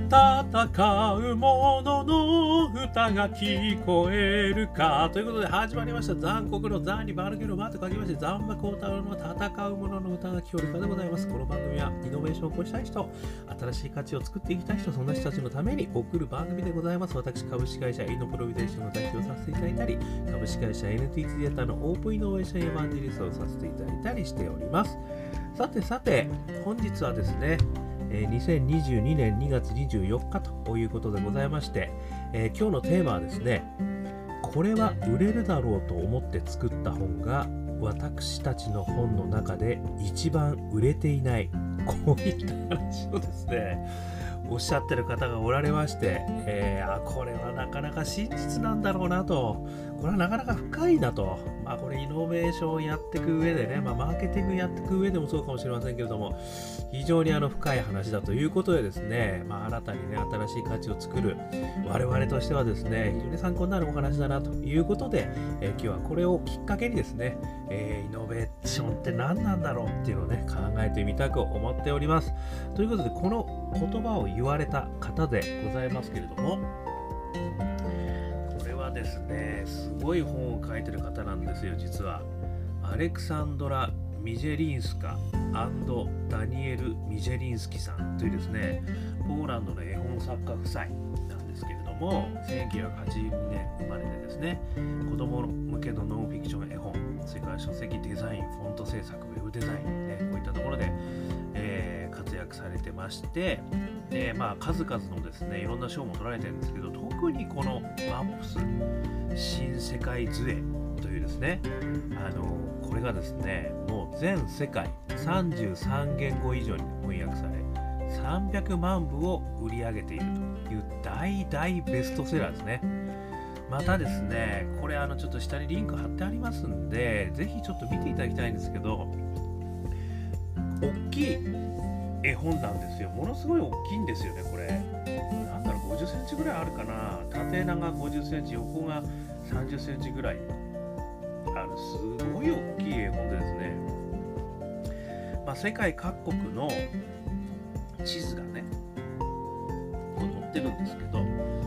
戦う者の歌が聞こえるかということで始まりました。残酷の残に丸けの間と書きまして残馬幸太郎の戦う者の歌が聞こえるかでございます。この番組はイノベーションを起こしたい人、新しい価値を作っていきたい人、そんな人たちのために送る番組でございます。私、株式会社イノプロビゼーションの代表をさせていただいたり、株式会社 NTT データのオープンイノベーションエヴァンジェリストをさせていただいたりしております。さて、本日はですね、2022年2月24日ということでございまして、今日のテーマはですね、これは売れるだろうと思って作った本が私たちの本の中で一番売れていない、こういった話をですねおっしゃってる方がおられまして、これはなかなか真実なんだろうなと、これはなかなか深いなと、これイノベーションをやっていく上でね、マーケティングやっていく上でもそうかもしれませんけれども、非常に深い話だということでですね、新たにね、新しい価値を作る我々としてはですね、非常に参考になるお話だなということで、今日はこれをきっかけにですね、イノベーションって何なんだろうっていうのをね、考えてみたく思っております。ということで、この言葉を言われた方でございますけれども、これはですね、すごい本を書いてる方なんですよ。実はアレクサンドラ・ミジェリンスカ&ダニエル・ミジェリンスキさんというですね、ポーランドの絵本作家夫妻なんですけれども、1982年生まれでですね、子供向けのノンフィクション絵本、それから書籍デザイン、フォント制作、ウェブデザイン、ね、こういったところで、活躍されてまして、数々のですね、いろんな賞も取られてるんですけど、特にこのマップス新世界図絵というですね、これがですね、もう全世界33言語以上に翻訳され、300万部を売り上げているという大ベストセラーですね。またですね、これちょっと下にリンク貼ってありますんで、ぜひちょっと見ていただきたいんですけど、大きい絵本なんですよ。ものすごい大きいんですよね、これ。なんだろう、50センチぐらいあるかな。縦長50センチ、横が30センチぐらいある、すごい大きい絵本でですね、世界各国の地図がね、こう載ってるんですけど、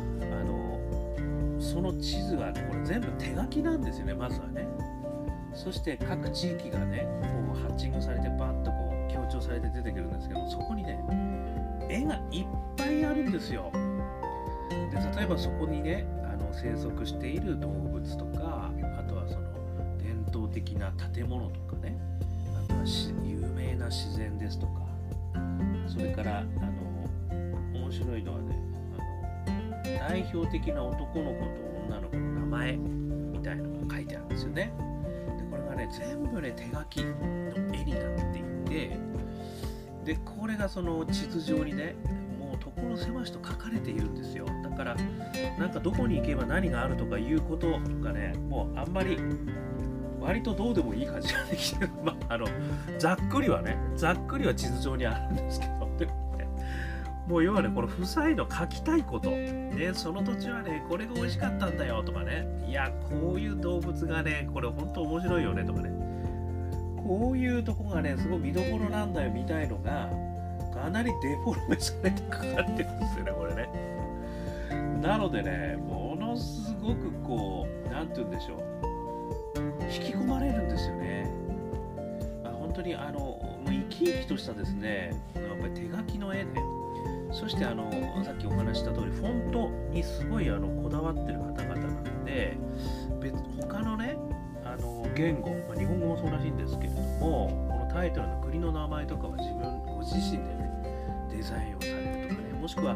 その地図がこれ全部手書きなんですよね、まずはね。そして各地域がね、こうハッチングされてバッとこう強調されて出てくるんですけど、そこにね、絵がいっぱいあるんですよ。で、例えばそこにね、生息している動物とか、あとはその伝統的な建物とかね、あとは有名な自然ですとか、それから面白いのはね、代表的な男の子と女の子の名前みたいなのが書いてあるんですよね。で、これがね、全部ね、手書きの絵になっていて、で、これがその地図上にね、もう所狭しと書かれているんですよ。だからなんかどこに行けば何があるとかいうことがね、もうあんまり割とどうでもいい感じができてる。ざっくりは地図上にあるんですけど、もう要はね、この夫妻の書きたいこと、ね、その土地はね、これが美味しかったんだよとかね、いや、こういう動物がね、これ本当面白いよねとかね、こういうとこがね、すごい見どころなんだよみたいのが、かなりデフォルメされて書かれてるんですよね、これね。なのでね、ものすごくこう、なんて言うんでしょう、引き込まれるんですよね。本当に生き生きとしたですね、やっぱり手書きの絵で、そしてさっきお話した通り、フォントにすごいこだわってる方々なんで、他のね、言語、日本語もそうらしいんですけれども、このタイトルの国の名前とかはご自身でね、デザインをされるとかね、もしくは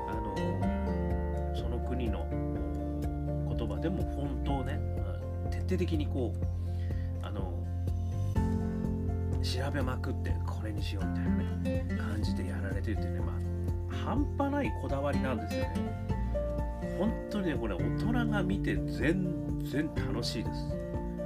その国の言葉でもフォントをね、徹底的にこう調べまくってこれにしようみたいなね感じでやられてるっていうね、半端ないこだわりなんですよね。本当にね、これ大人が見て全然楽しいです。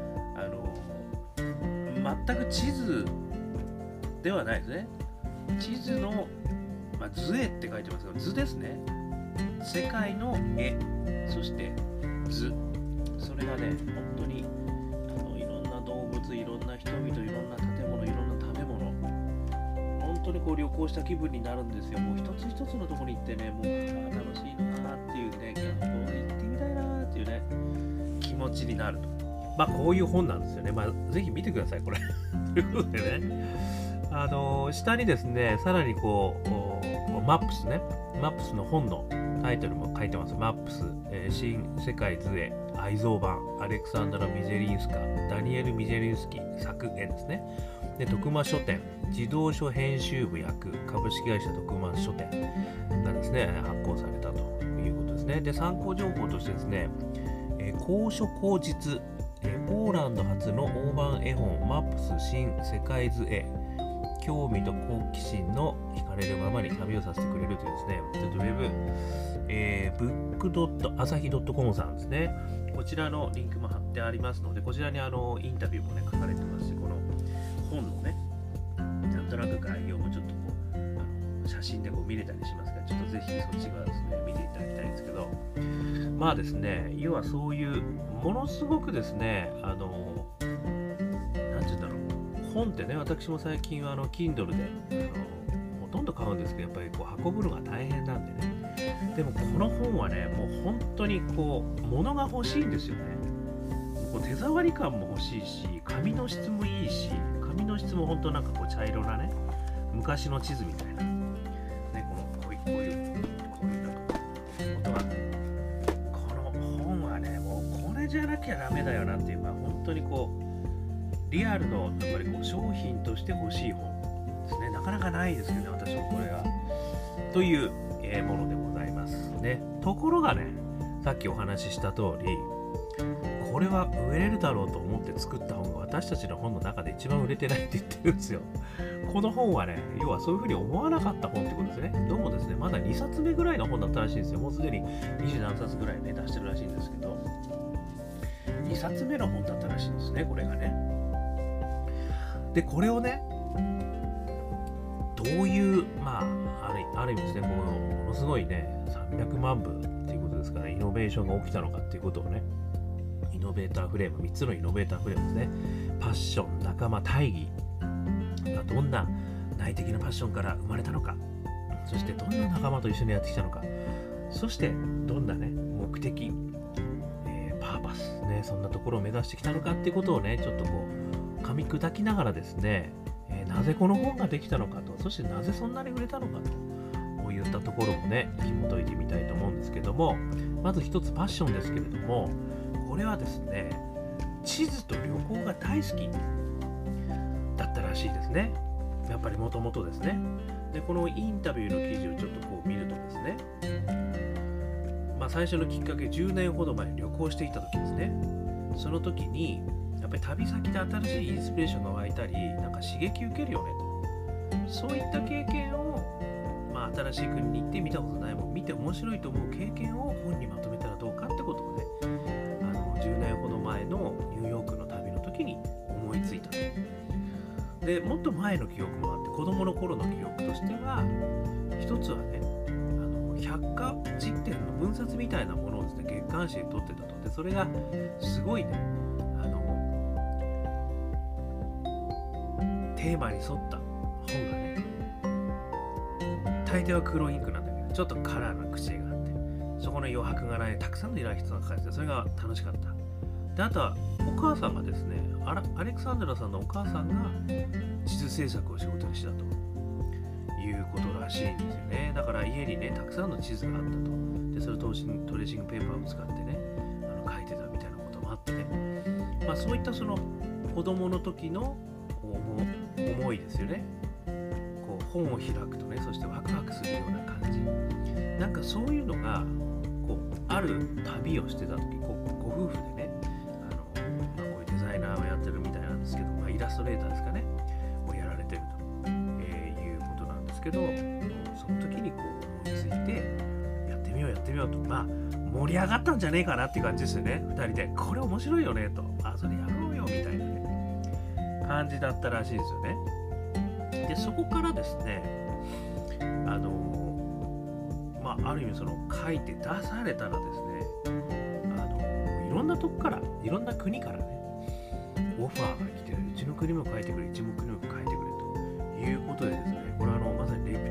全く地図ではないですね。地図の、図絵って書いてますけど、図ですね。世界の絵、そして図、それがね、本当にいろんな動物、いろんな人々、いろんな建物、いろんな食べ物、本当当にこう旅行した気分になるんですよ。もう一つ一つのところに行ってね、もう楽しいなっていうね、行ってみたいなっていうね、気持ちになると。まあこういう本なんですよね。まあぜひ見てください、これ。ということでね、下にですね、さらにこう、マップスね、マップスの本のタイトルも書いてます。マップス、新世界図絵愛蔵版、アレクサンドラ・ミジェリンスカ、ダニエル・ミジェリンスキ作絵ですね。で、徳間書店、児童書編集部役、株式会社徳間書店がですね、発行されたということですね。で、参考情報としてですね、高所高実、ポーランド発の大判絵本、マップス新世界図絵、興味と好奇心の惹かれるままに旅をさせてくれるというですね、ちょっとウェブ、book.asahi.com さんですね。こちらのリンクも貼ってありますので、こちらにインタビューもね、書かれてますし、この本のね、なんとなく概要もちょっとこう、写真でこう見れたりしますから、ちょっとぜひそっち側ですね、見ていただきたいんですけど、まあですね、要はそういう、ものすごくですね、なんて言うんだろう、本ってね、私も最近はKindle でほとんど買うんですけど、やっぱりこう運ぶのが大変なんでね。でもこの本はね、もう本当にこう物が欲しいんですよね。こう手触り感も欲しいし、紙の質もいいし、紙の質も本当なんかこう茶色なね、昔の地図みたいな、ね、こういうなんか音が、この本はね、もうこれじゃなきゃダメだよなっていう、まあ本当にこうリアルのやっぱりこう商品として欲しい本ですね。なかなかないですけどね、私もこれはというものでございますね。ところがね、さっきお話しした通り、これは売れるだろうと思って作った本が私たちの本の中で一番売れてないって言ってるんですよ。この本はね、要はそういうふうに思わなかった本ってことですね。どうもですね、まだ2冊目ぐらいの本だったらしいんですよ。もうすでに20何冊ぐらいね、出してるらしいんですけど、2冊目の本だったらしいんですね、これがね。で、これをね、どういう、まあ、ある意味ですね、このものすごいね、300万部っていうことですから、イノベーションが起きたのかっていうことをね、イノベーターフレーム、3つのイノベーターフレームですね、パッション、仲間、大義がどんな内的なパッションから生まれたのか、そしてどんな仲間と一緒にやってきたのか、そしてどんなね、目的、パーパス、ね、そんなところを目指してきたのかっていうことをね、ちょっとこう、噛み砕きながらですね、なぜこの本ができたのかと、そしてなぜそんなに売れたのかといったところもね、紐解いてみたいと思うんですけども、まず一つパッションですけれども、これはですね、地図と旅行が大好きだったらしいですね。やっぱりもともとですね。で、このインタビューの記事をちょっとこう見るとですね、まあ最初のきっかけ、10年ほど前に旅行していた時ですね。その時に、やっぱり旅先で新しいインスピレーションが湧いたり、なんか刺激受けるよねと。そういった経験を、まあ、新しい国に行って見たことないもん、見て面白いと思う経験を本にまとめたらどうかってことをね、10年ほど前のニューヨークの旅の時に思いついたと。で、もっと前の記憶もあって、子供の頃の記憶としては、一つはね、百科事典の分冊みたいなものをですね、月刊誌で撮ってたと。で、それがすごいね、テーマに沿った本がね、大抵は黒インクなんだけど、ちょっとカラーな口絵があって、そこの余白がない、たくさんのイラストが描かれてて、それが楽しかった。で、あとはお母さんがですね、アレクサンドラさんのお母さんが地図制作を仕事にしたということらしいんですよね。だから家にね、たくさんの地図があったと。で、それをトレーシングペーパーを使ってね、書いてたみたいなこともあってね。まあそういったその子供の時の思いですよね。こう本を開くとね、そしてワクワクするような感じ。なんかそういうのがこうある旅をしてた時、ご夫婦でね、こういうデザイナーをやってるみたいなんですけど、まあ、イラストレーターですかね、をやられてると、いうことなんですけど、その時にこう思いついてやってみようと、まあ盛り上がったんじゃねえかなっていう感じですよね。2人でこれ面白いよねと、それやろうよみたいなね感じだったらしいですよね。で、そこからですね、まあ、ある意味その書いて出されたらですね、いろんなとこから、いろんな国からね、オファーが来てる。うちの国も書いてくれ、うちの国も書いてくれということでですね、これ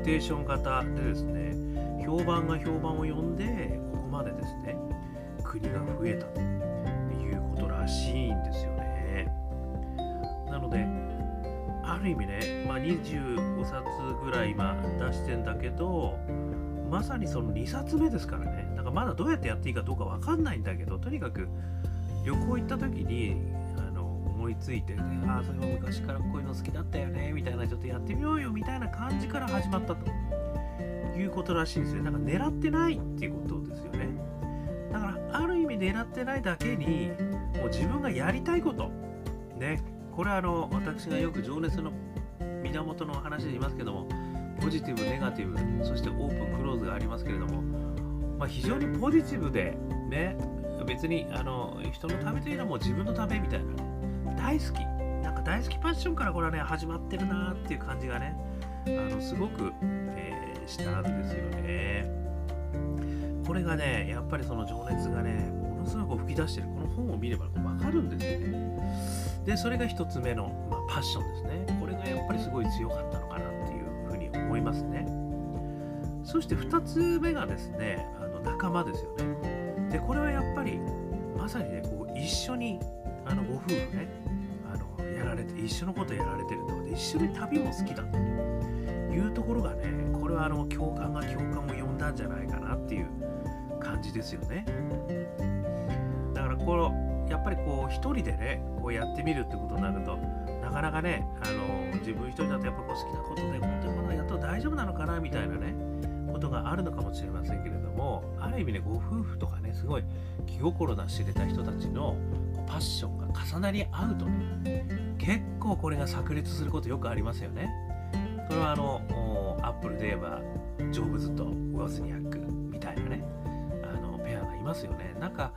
テーション型でですね、評判が評判を呼んで、ここまでですね、国が増えたということらしいんですよね。なので、ある意味ね、25冊ぐらい今出してんだけど、まさにその2冊目ですからね。だからまだどうやってやっていいかどうかわかんないんだけど、とにかく旅行行った時に思いついて、ああ、それは昔からこういうの好きだったよねみたいな、ちょっとやってみようよみたいな感じから始まったということらしいんですよ。だから狙ってないっていうことですよね。だからある意味狙ってないだけに、もう自分がやりたいことね、これは私がよく情熱の源の話で言いますけども、ポジティブ、ネガティブ、そしてオープン、クローズがありますけれども、非常にポジティブでね、別に人のためというのはもう自分のためみたいな、大好き、なんか大好きパッションからこれはね始まってるなっていう感じがね、すごく、したんですよね。これがね、やっぱりその情熱がね、ものすごく吹き出してる、この本を見れば分かるんですよね。で、それが一つ目の、パッションですね。これがやっぱりすごい強かったのかなっていうふうに思いますね。そして2つ目がですね、仲間ですよね。で、これはやっぱりまさにね、こう一緒にご夫婦ね、やられて、一緒のことやられてるとで、一緒に旅も好きだというところがね、これは共感を呼んだんじゃないかなっていう感じですよね。だからやっぱりこう一人でね、こうやってみるってことになると、なかなかね、自分一人だとやっぱこう好きなことで本当にこのやっと大丈夫なのかなみたいなねことがあるのかもしれませんけれども、ある意味ね、ご夫婦とかね、すごい気心な知れた人たちのパッションが重なり合うとね、結構これが炸裂することよくありますよね。これはアップルで言えばジョブズとウォズニアックみたいなね、ペアがいますよね。なんか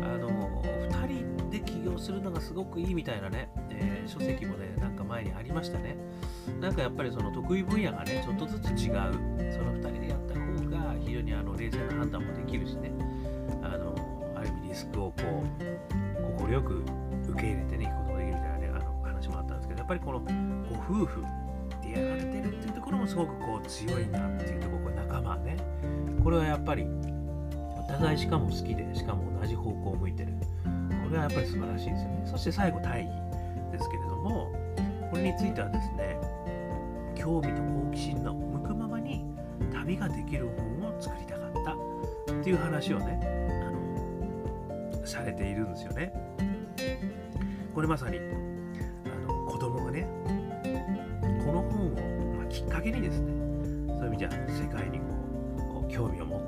2人で起業するのがすごくいいみたいなね、書籍もね、なんか前にありましたね。なんかやっぱりその得意分野がね、ちょっとずつ違う、その2人でやった方が非常に冷静な判断もできるしね、ある意味リスクをこう快く受け入れてね、いくことができるみたいなね、話もあったんですけど、やっぱりこのご夫婦でやられてるっていうところもすごくこう強いなっていうところ、これ仲間ね、これはやっぱりお互いしかも好きで、しかも同じ方向を向いてる、これはやっぱり素晴らしいですよね。そして最後大義ですけれども、これについてはですね、興味と好奇心の向くままに旅ができる本を作りたかったっていう話をね、されているんですよね。これまさに子供がね、この本を、きっかけにですね、そういう意味じゃ世界にこう興味を持って、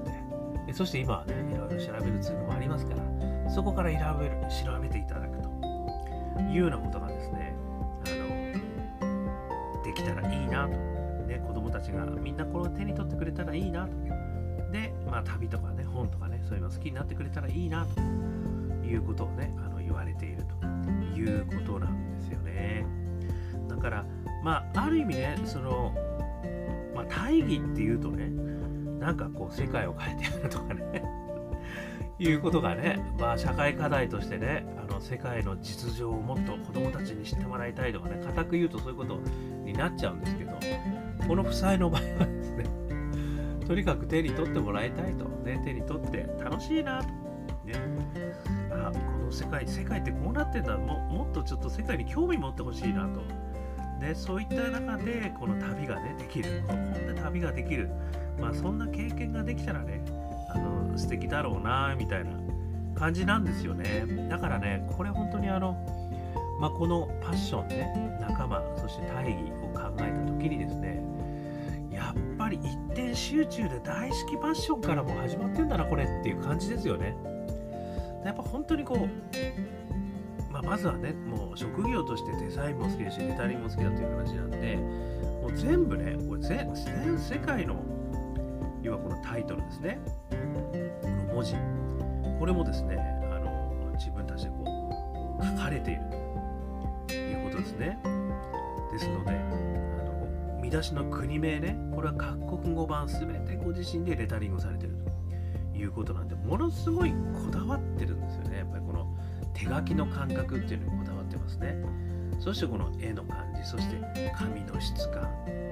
そして今はね、いろいろ調べるツールもありますから、そこから調べていただくというようなことがですね、できたらいいなと、ね、子供たちがみんなこれを手に取ってくれたらいいなと。で、旅とかね、本とかね、そういうの好きになってくれたらいいなということをね、言われているということなんですよね。だからある意味ね、その大義っていうとね、なんかこう世界を変えてやるとかねいうことがね、社会課題としてね、世界の実情をもっと子供たちに知ってもらいたいとかね、固く言うとそういうことになっちゃうんですけど、この負債の場合はですね、とにかく手に取ってもらいたいと、ね、手に取って楽しいなと、ね、この世界ってこうなってんだ、もっとちょっと世界に興味持ってほしいなと、ね、そういった中でこの旅がねできる、この本で旅ができる、そんな経験ができたらね、素敵だろうなみたいな感じなんですよね。だからね、これ本当にこのパッションね、仲間、そして大義を考えた時にですね、やっぱり一点集中で大好きパッションからも始まってんだなこれっていう感じですよね。やっぱ本当にこう、まずはね、もう職業としてデザインも好きだしレタリングも好きだという話なんで、もう全部ね、これ全世界の要はこのタイトルですね、この文字、これもですね、自分たちでこう書かれているということですね。ですので、見出しの国名ね、これは各国語版すべてご自身でレタリングされているということなんで、ものすごいこだわってるんですよね。やっぱりこの手書きの感覚っていうのにこだわってますね。そしてこの絵の感じ、そして紙の質感、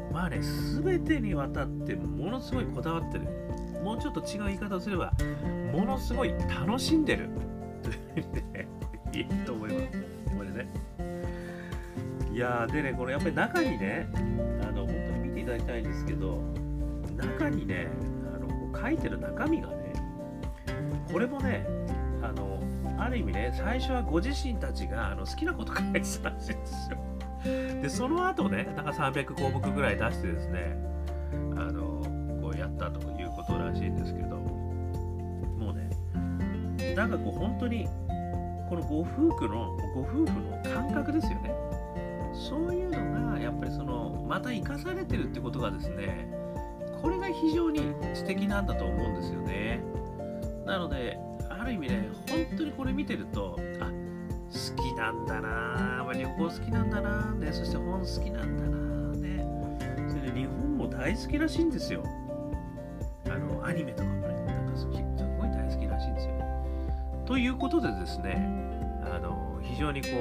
まあね、全てにわたってものすごいこだわってる。もうちょっと違う言い方をすれば、ものすごい楽しんでるというふうにね、いいと思います。これね。いやー、でね、これやっぱり中にね、本当に見ていただきたいんですけど、中にね、書いてる中身がね、これもね、ある意味ね、最初はご自身たちが好きなこと書いてたらしいんですよ。で、その後ね、なんか300項目ぐらい出してですね、こうやったということらしいんですけど、もうね、なんかこう本当に、このご夫婦の感覚ですよね。そういうのが、やっぱりまた生かされてるってことがですね、これが非常に素敵なんだと思うんですよね。なので、ある意味ね、本当にこれ見てると、好きなんだなぁ、旅行好きなんだなぁ、ね、そして本好きなんだなぁ、ね、それで日本も大好きらしいんですよ。アニメとかもね、なんかすごい大好きらしいんですよね。ということでですね、非常にこ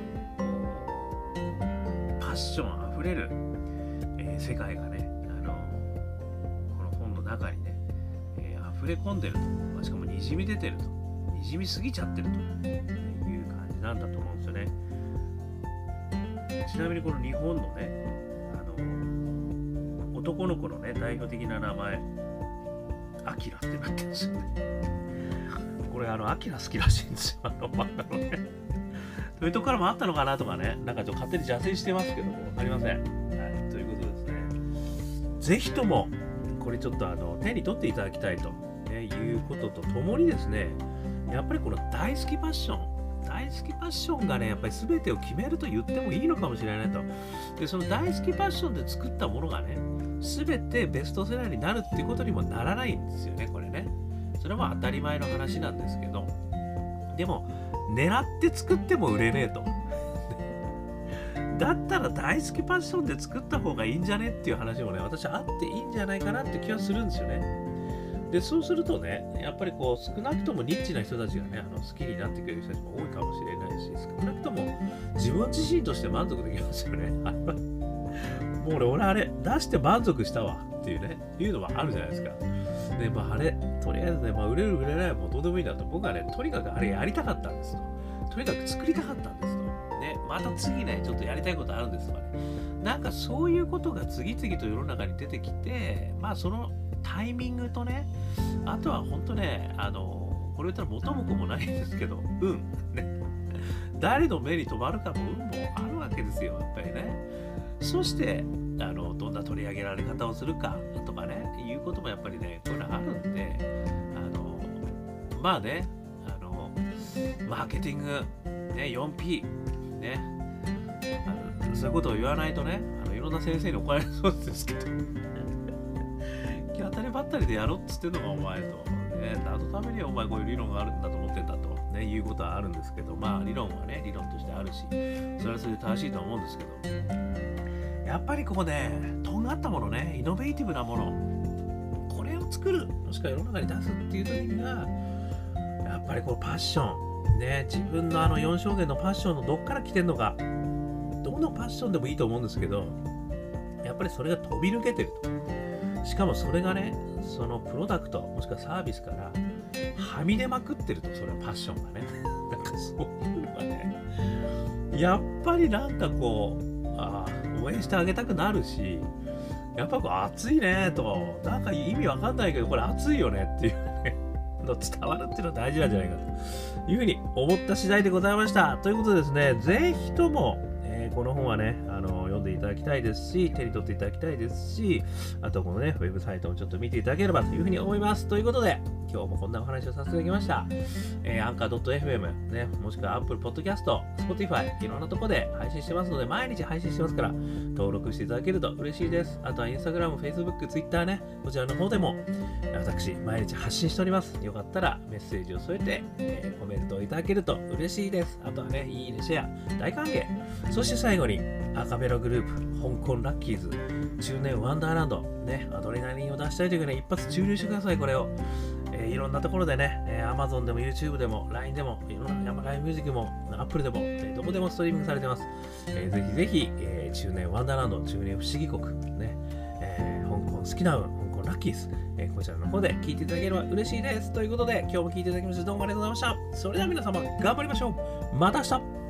う、パッションあふれる、世界がね、この本の中にね、溢れ込んでると、しかもにじみ出てると、にじみすぎちゃってるという感じなんだと思うんですよね。ちなみにこの日本のね、男の子のね、代表的な名前、アキラってなってるんですよね。これアキラ好きらしいんですよ、漫画のね。そういうとこからもあったのかなとかね、なんかちょっと勝手に邪推してますけども、わかりません。はい、ということですね。ぜひとも、これちょっと手に取っていただきたいと、いうこととともにですね、やっぱりこの大好きパッションがね、やっぱり全てを決めると言ってもいいのかもしれないと。で、その大好きパッションで作ったものがね、全てベストセラーになるっていうことにもならないんですよね、これね。それは当たり前の話なんですけど、でも、狙って作っても売れねえと。だったら大好きパッションで作った方がいいんじゃねっていう話もね、私はあっていいんじゃないかなって気はするんですよね。で、そうするとね、やっぱりこう少なくともニッチな人たちがね、好きになってくれる人たちも多いかもしれないし、少なくとも自分自身として満足できますよね。もう俺あれ出して満足したわっていうね、いうのはあるじゃないですか。で、あれ、とりあえずね、売れる売れないもうどうでもいいんだと、僕はね、とにかくあれやりたかったんですと。とにかく作りたかったんですと。ね、また次ね、ちょっとやりたいことあるんですとかね。なんかそういうことが次々と世の中に出てきて、そのタイミングとね、あとは本当ね、これ言ったら元も子もないんですけど、ね。誰の目に留まるかの運もあるわけですよ、やっぱりね。そして、どんな取り上げられ方をするかとかね、いうこともやっぱりね、こういうのあるんで、まあね、マーケティング、ね、4P、ね、そういうことを言わないとね、いろんな先生に怒られそうですけど、当たりばったりでやろうっつってんのがお前と、ね、何のためにお前こういう理論があるんだと思ってんだと、ね、いうことはあるんですけど、理論はね、理論としてあるし、それはそれで正しいと思うんですけど、やっぱりここね、とんがったものね、イノベーティブなもの、これを作る、もしくは世の中に出すっていう時には、やっぱりこうパッション、ね、自分の4象限のパッションのどっから来てんのか、どのパッションでもいいと思うんですけど、やっぱりそれが飛び抜けてると。しかもそれがね、そのプロダクト、もしくはサービスからはみ出まくってると、それはパッションがね。なんかそういうのがね、やっぱりなんかこう、応援してあげたくなるし、やっぱこう熱いねと、なんか意味わかんないけど、これ熱いよねっていうね、伝わるっていうのは大事なんじゃないかというふうに思った次第でございました。ということでですね、ぜひとも、この本はね、読んでいただきたいですし、手に取っていただきたいですし、あとこのね、ウェブサイトをちょっと見ていただければというふうに思います。ということで、今日もこんなお話をさせていただきました。アンカー .fm、ね、もしくは Apple Podcast、Spotify、いろんなところで配信してますので、毎日配信してますから、登録していただけると嬉しいです。あとは Instagram、Facebook、Twitter ね、こちらの方でも、私、毎日発信しております。よかったらメッセージを添えて、コメントをいただけると嬉しいです。あとはね、いいね、シェア、大歓迎。そして最後に、アカペラグループ、香港ラッキーズ、中年ワンダーランド、ね、アドレナリンを出したいというかね、一発注入してください、これを。いろんなところでね、Amazon でも YouTube でも LINE でも、いろんな LINE ミュージックも Apple でも、どこでもストリーミングされてます。ぜひぜひ、 中年ワンダーランド、中年不思議国、ね、香港好きな運、香港ラッキース、こちらの方で聞いていただければ嬉しいです。ということで、今日も聞いていただきましてどうもありがとうございました。それでは皆様、頑張りましょう。また明日。